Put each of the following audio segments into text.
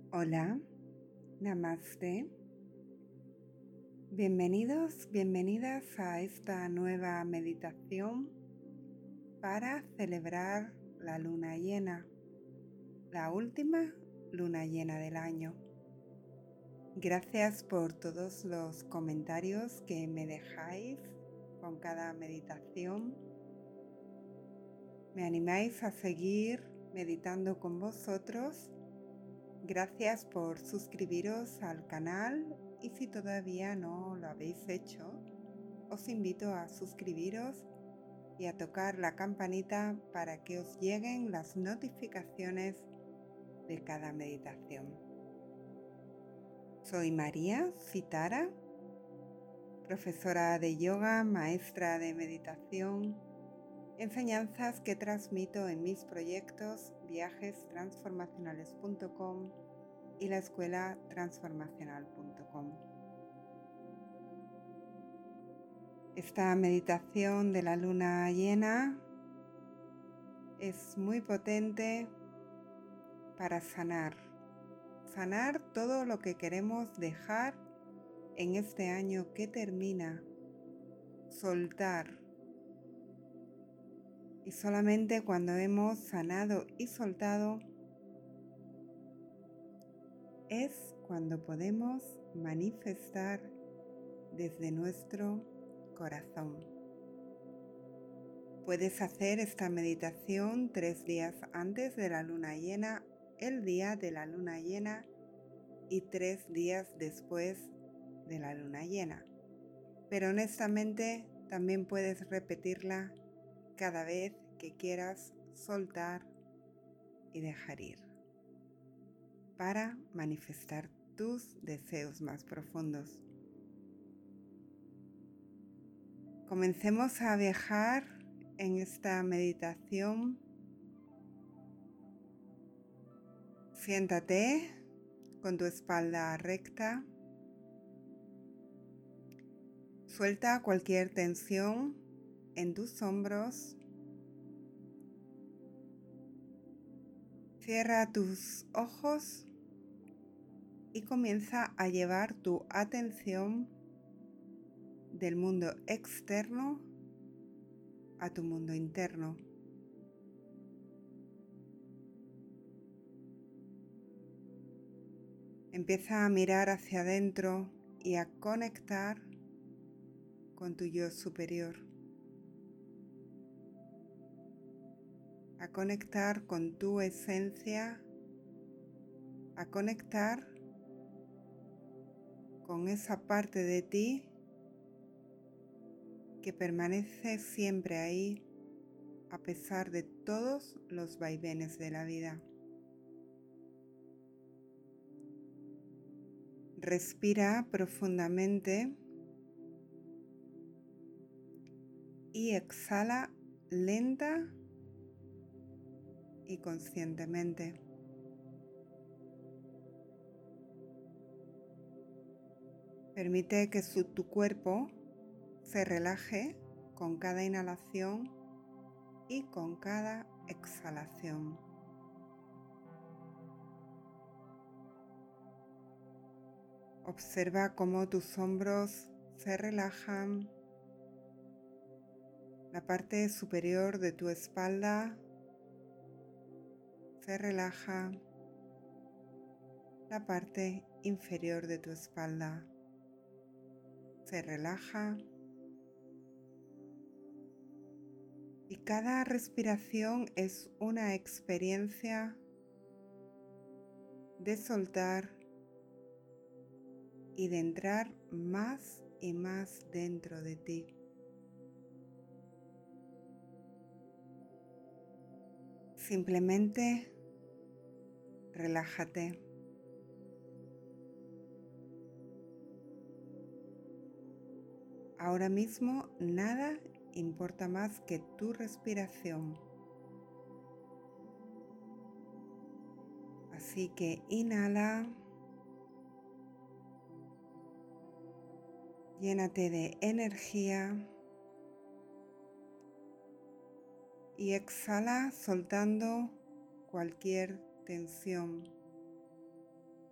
Hola, Namaste. Bienvenidos, bienvenidas a esta nueva meditación para celebrar la luna llena, la última luna llena del año. Gracias por todos los comentarios que me dejáis con cada meditación. Me animáis a seguir meditando con vosotros. Gracias por suscribiros al canal y si todavía no lo habéis hecho, os invito a suscribiros y a tocar la campanita para que os lleguen las notificaciones de cada meditación. Soy María Citara, profesora de yoga, maestra de meditación, enseñanzas que transmito en mis proyectos viajestransformacionales.com y la escuela transformacional.com. Esta meditación de la luna llena es muy potente para sanar todo lo que queremos dejar en este año que termina, soltar. Y solamente cuando hemos sanado y soltado es cuando podemos manifestar desde nuestro corazón. Puedes hacer esta meditación 3 días antes de la luna llena, el día de la luna llena y 3 días después de la luna llena. Pero honestamente también puedes repetirla cada vez que quieras soltar y dejar ir para manifestar tus deseos más profundos. Comencemos a viajar en esta meditación. Siéntate con tu espalda recta. Suelta cualquier tensión en tus hombros. Cierra tus ojos y comienza a llevar tu atención del mundo externo a tu mundo interno. Empieza a mirar hacia adentro y a conectar con tu yo superior. A conectar con tu esencia, a conectar con esa parte de ti que permanece siempre ahí a pesar de todos los vaivenes de la vida. Respira profundamente y exhala lenta y conscientemente. Permite que tu cuerpo se relaje con cada inhalación y con cada exhalación. Observa cómo tus hombros se relajan, la parte superior de tu espalda se relaja, la parte inferior de tu espalda se relaja y cada respiración es una experiencia de soltar y de entrar más y más dentro de ti. Simplemente relájate. Ahora mismo nada importa más que tu respiración. Así que inhala, llénate de energía y exhala soltando cualquier tensión.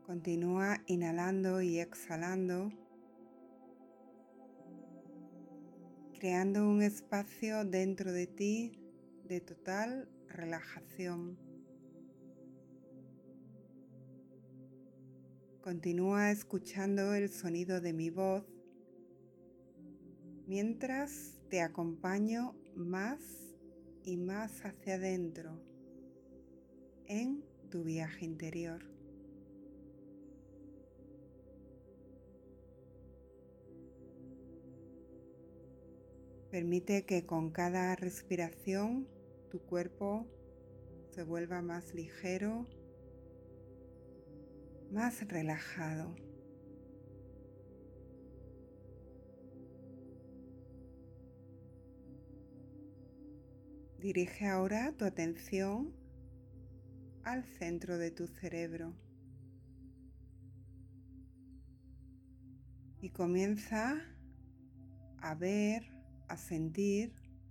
Continúa inhalando y exhalando, creando un espacio dentro de ti de total relajación. Continúa escuchando el sonido de mi voz mientras te acompaño más y más hacia adentro en tu viaje interior. Permite que con cada respiración tu cuerpo se vuelva más ligero, más relajado. Dirige ahora tu atención al centro de tu cerebro y comienza a ver, a sentir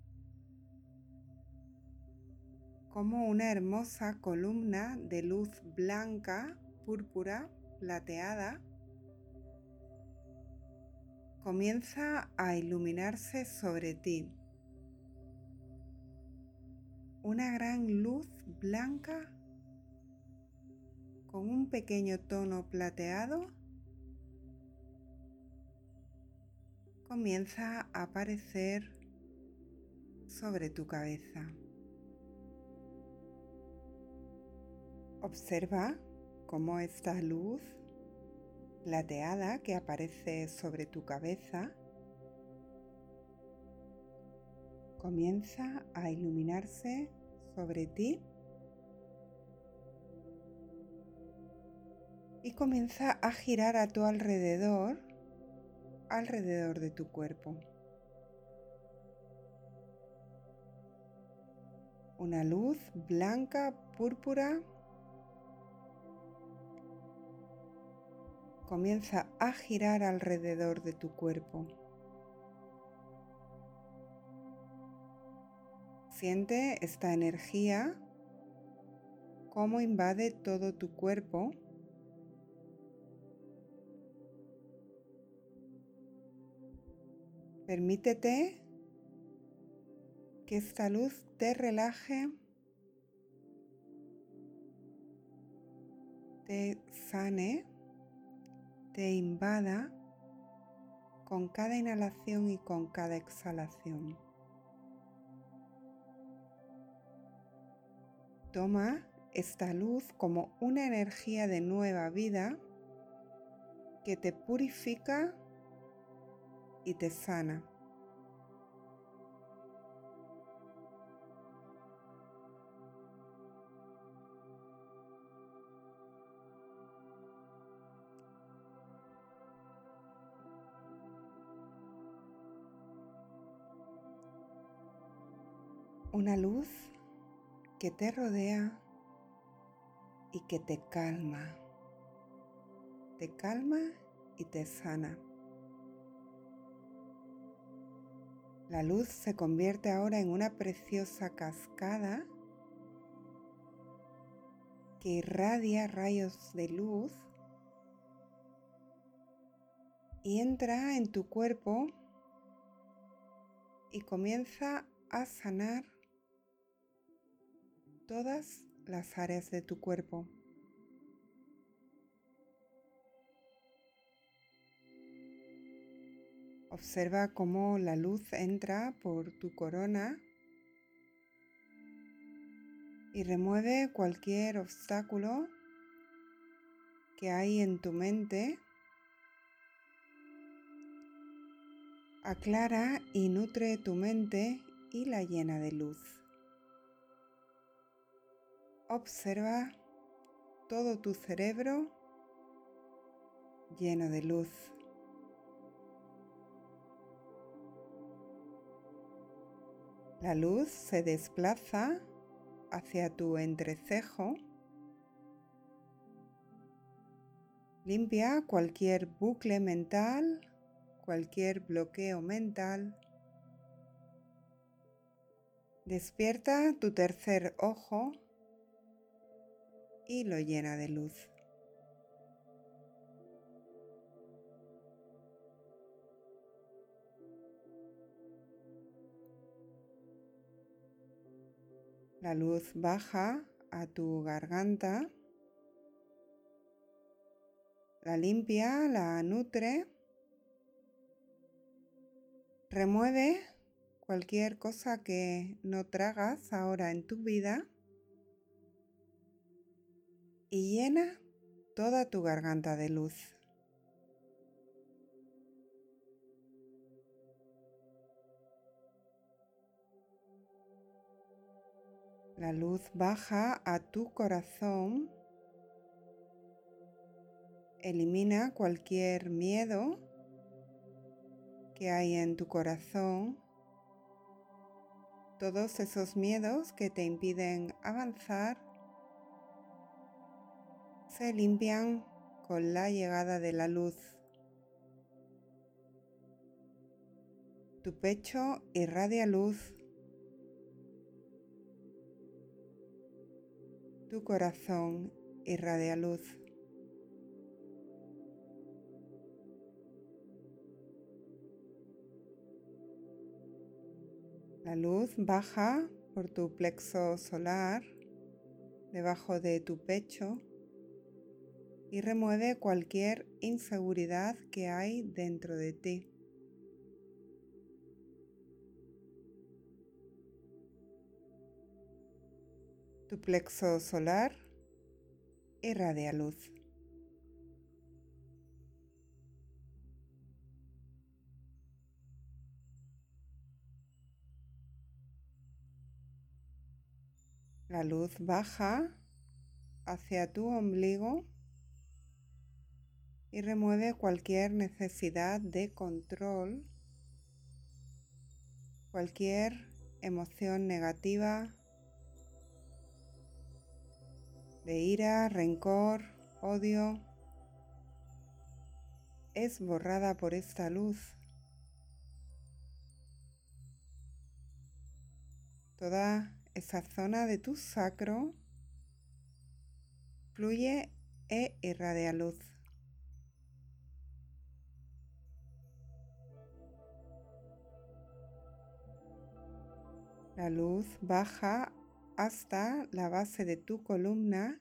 como una hermosa columna de luz blanca, púrpura, plateada comienza a iluminarse sobre ti. Una gran luz blanca con un pequeño tono plateado comienza a aparecer sobre tu cabeza. Observa cómo esta luz plateada que aparece sobre tu cabeza comienza a iluminarse sobre ti y comienza a girar a tu alrededor de tu cuerpo. Una luz blanca, púrpura, comienza a girar alrededor de tu cuerpo. Siente esta energía, cómo invade todo tu cuerpo. Permítete que esta luz te relaje, te sane, te invada con cada inhalación y con cada exhalación. Toma esta luz como una energía de nueva vida que te purifica y te sana. Una luz que te rodea y que te calma y te sana. La luz se convierte ahora en una preciosa cascada que irradia rayos de luz y entra en tu cuerpo y comienza a sanar todas las áreas de tu cuerpo. Observa cómo la luz entra por tu corona y remueve cualquier obstáculo que hay en tu mente. Aclara y nutre tu mente y la llena de luz. Observa todo tu cerebro lleno de luz. La luz se desplaza hacia tu entrecejo. Limpia cualquier bucle mental, cualquier bloqueo mental. Despierta tu tercer ojo y lo llena de luz. La luz baja a tu garganta, la limpia, la nutre, remueve cualquier cosa que no tragas ahora en tu vida y llena toda tu garganta de luz. La luz baja a tu corazón, elimina cualquier miedo que hay en tu corazón, todos esos miedos que te impiden avanzar, se limpian con la llegada de la luz. Tu pecho irradia luz. Tu corazón irradia luz. La luz baja por tu plexo solar, debajo de tu pecho, y remueve cualquier inseguridad que hay dentro de ti. Tu plexo solar irradia luz. La luz baja hacia tu ombligo y remueve cualquier necesidad de control, cualquier emoción negativa, de ira, rencor, odio, es borrada por esta luz. Toda esa zona de tu sacro fluye e irradia luz. La luz baja hasta la base de tu columna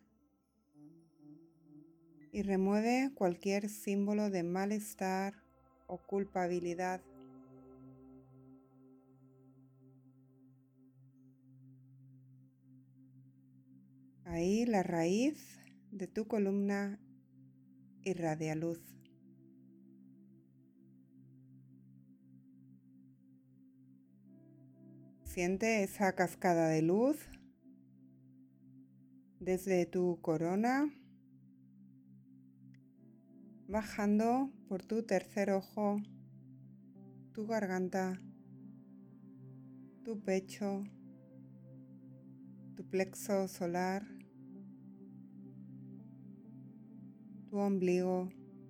y remueve cualquier símbolo de malestar o culpabilidad. Ahí la raíz de tu columna irradia luz. Siente esa cascada de luz desde tu corona, bajando por tu tercer ojo, tu garganta, tu pecho, tu plexo solar, tu ombligo,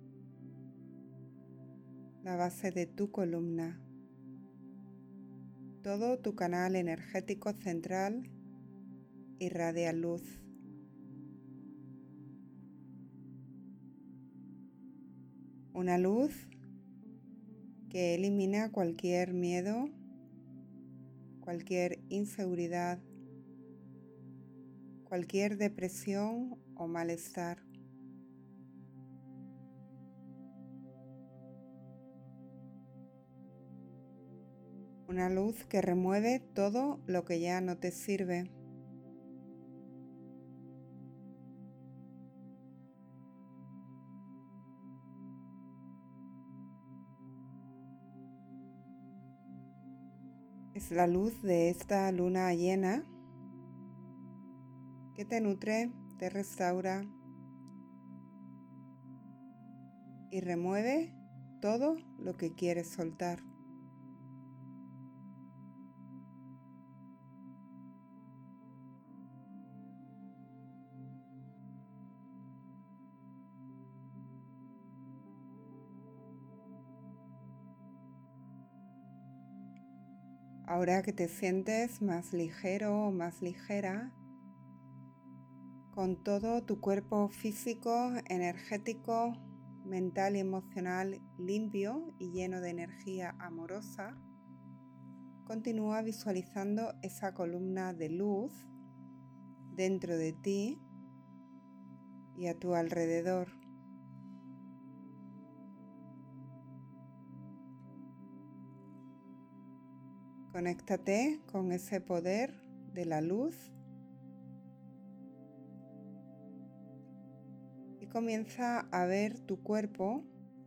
la base de tu columna, todo tu canal energético central irradia luz. Una luz que elimina cualquier miedo, cualquier inseguridad, cualquier depresión o malestar. Una luz que remueve todo lo que ya no te sirve. Es la luz de esta luna llena que te nutre, te restaura y remueve todo lo que quieres soltar. Ahora que te sientes más ligero o más ligera, con todo tu cuerpo físico, energético, mental y emocional limpio y lleno de energía amorosa, continúa visualizando esa columna de luz dentro de ti y a tu alrededor. Conéctate con ese poder de la luz y comienza a ver tu cuerpo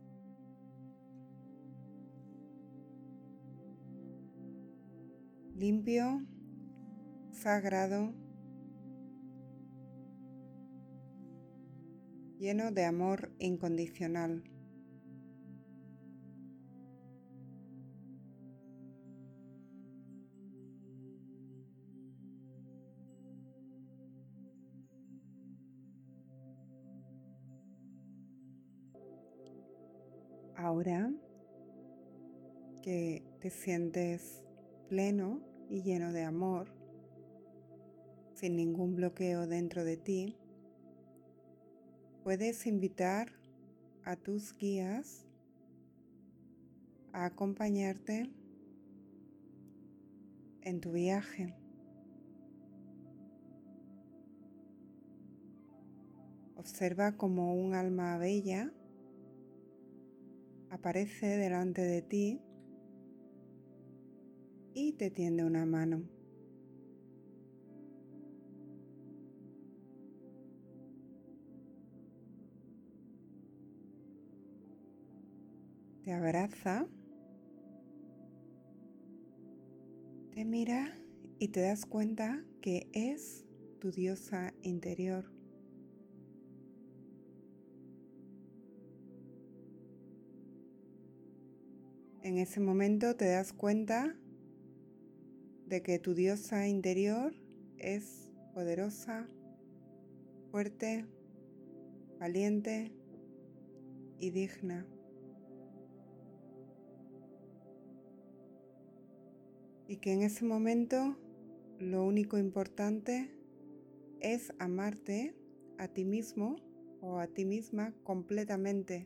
limpio, sagrado, lleno de amor incondicional. Ahora que te sientes pleno y lleno de amor, sin ningún bloqueo dentro de ti, puedes invitar a tus guías a acompañarte en tu viaje. Observa cómo un alma bella aparece delante de ti y te tiende una mano. Te abraza, te mira y te das cuenta que es tu diosa interior. En ese momento te das cuenta de que tu diosa interior es poderosa, fuerte, valiente y digna. Y que en ese momento lo único importante es amarte a ti mismo o a ti misma completamente.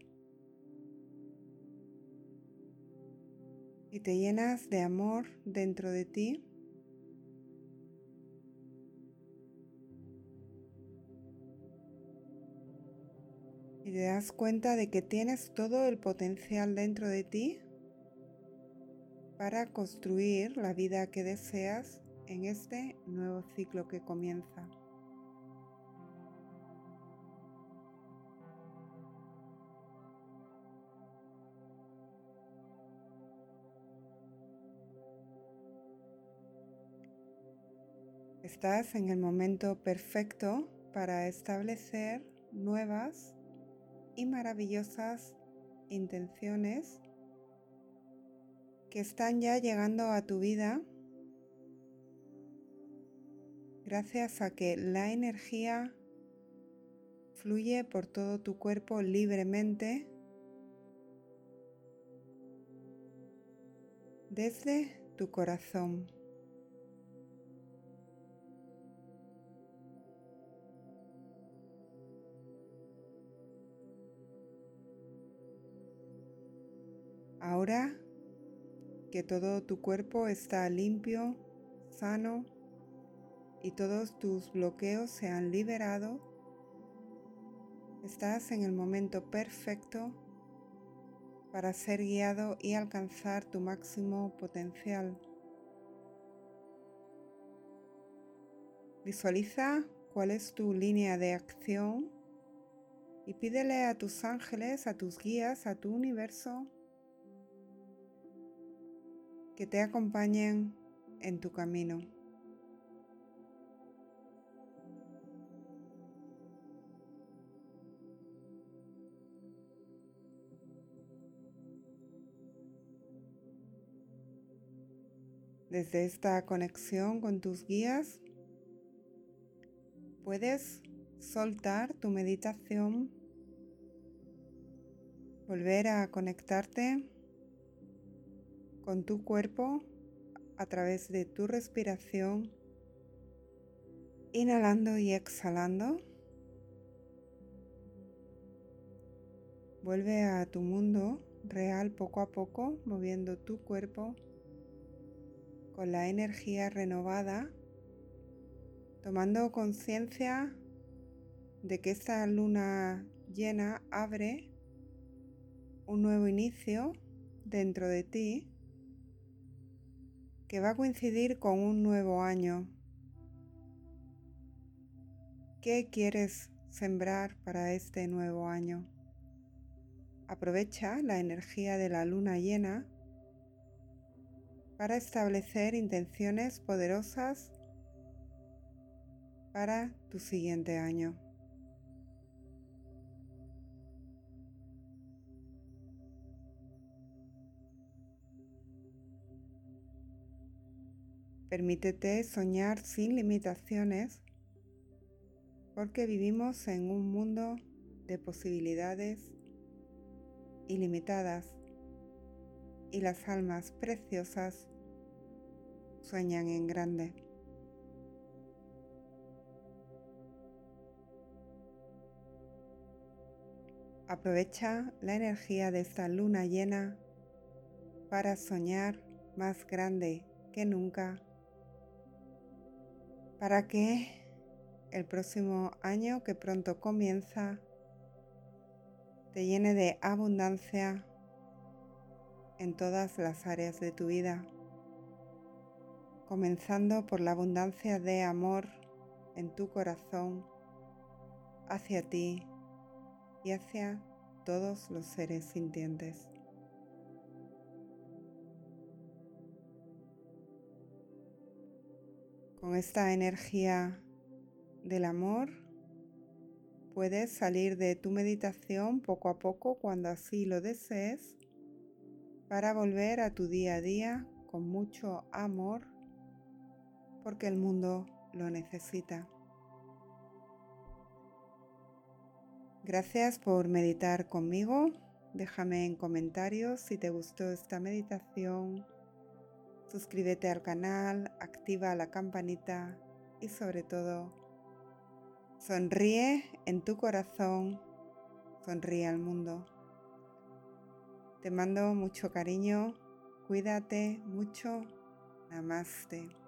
Y te llenas de amor dentro de ti. Y te das cuenta de que tienes todo el potencial dentro de ti para construir la vida que deseas en este nuevo ciclo que comienza. Estás en el momento perfecto para establecer nuevas y maravillosas intenciones que están ya llegando a tu vida gracias a que la energía fluye por todo tu cuerpo libremente desde tu corazón. Ahora que todo tu cuerpo está limpio, sano y todos tus bloqueos se han liberado, estás en el momento perfecto para ser guiado y alcanzar tu máximo potencial. Visualiza cuál es tu línea de acción y pídele a tus ángeles, a tus guías, a tu universo que te acompañen en tu camino. Desde esta conexión con tus guías, puedes soltar tu meditación, volver a conectarte con tu cuerpo a través de tu respiración, inhalando y exhalando. Vuelve a tu mundo real poco a poco, moviendo tu cuerpo con la energía renovada tomando conciencia de que esta luna llena abre un nuevo inicio dentro de ti que va a coincidir con un nuevo año. ¿Qué quieres sembrar para este nuevo año? Aprovecha la energía de la luna llena para establecer intenciones poderosas para tu siguiente año. Permítete soñar sin limitaciones porque vivimos en un mundo de posibilidades ilimitadas y las almas preciosas sueñan en grande. Aprovecha la energía de esta luna llena para soñar más grande que nunca, para que el próximo año que pronto comienza te llene de abundancia en todas las áreas de tu vida, comenzando por la abundancia de amor en tu corazón hacia ti y hacia todos los seres sintientes. Con esta energía del amor, puedes salir de tu meditación poco a poco cuando así lo desees para volver a tu día a día con mucho amor porque el mundo lo necesita. Gracias por meditar conmigo. Déjame en comentarios si te gustó esta meditación. Suscríbete al canal, activa la campanita y sobre todo, sonríe en tu corazón, sonríe al mundo. Te mando mucho cariño, cuídate mucho, namaste.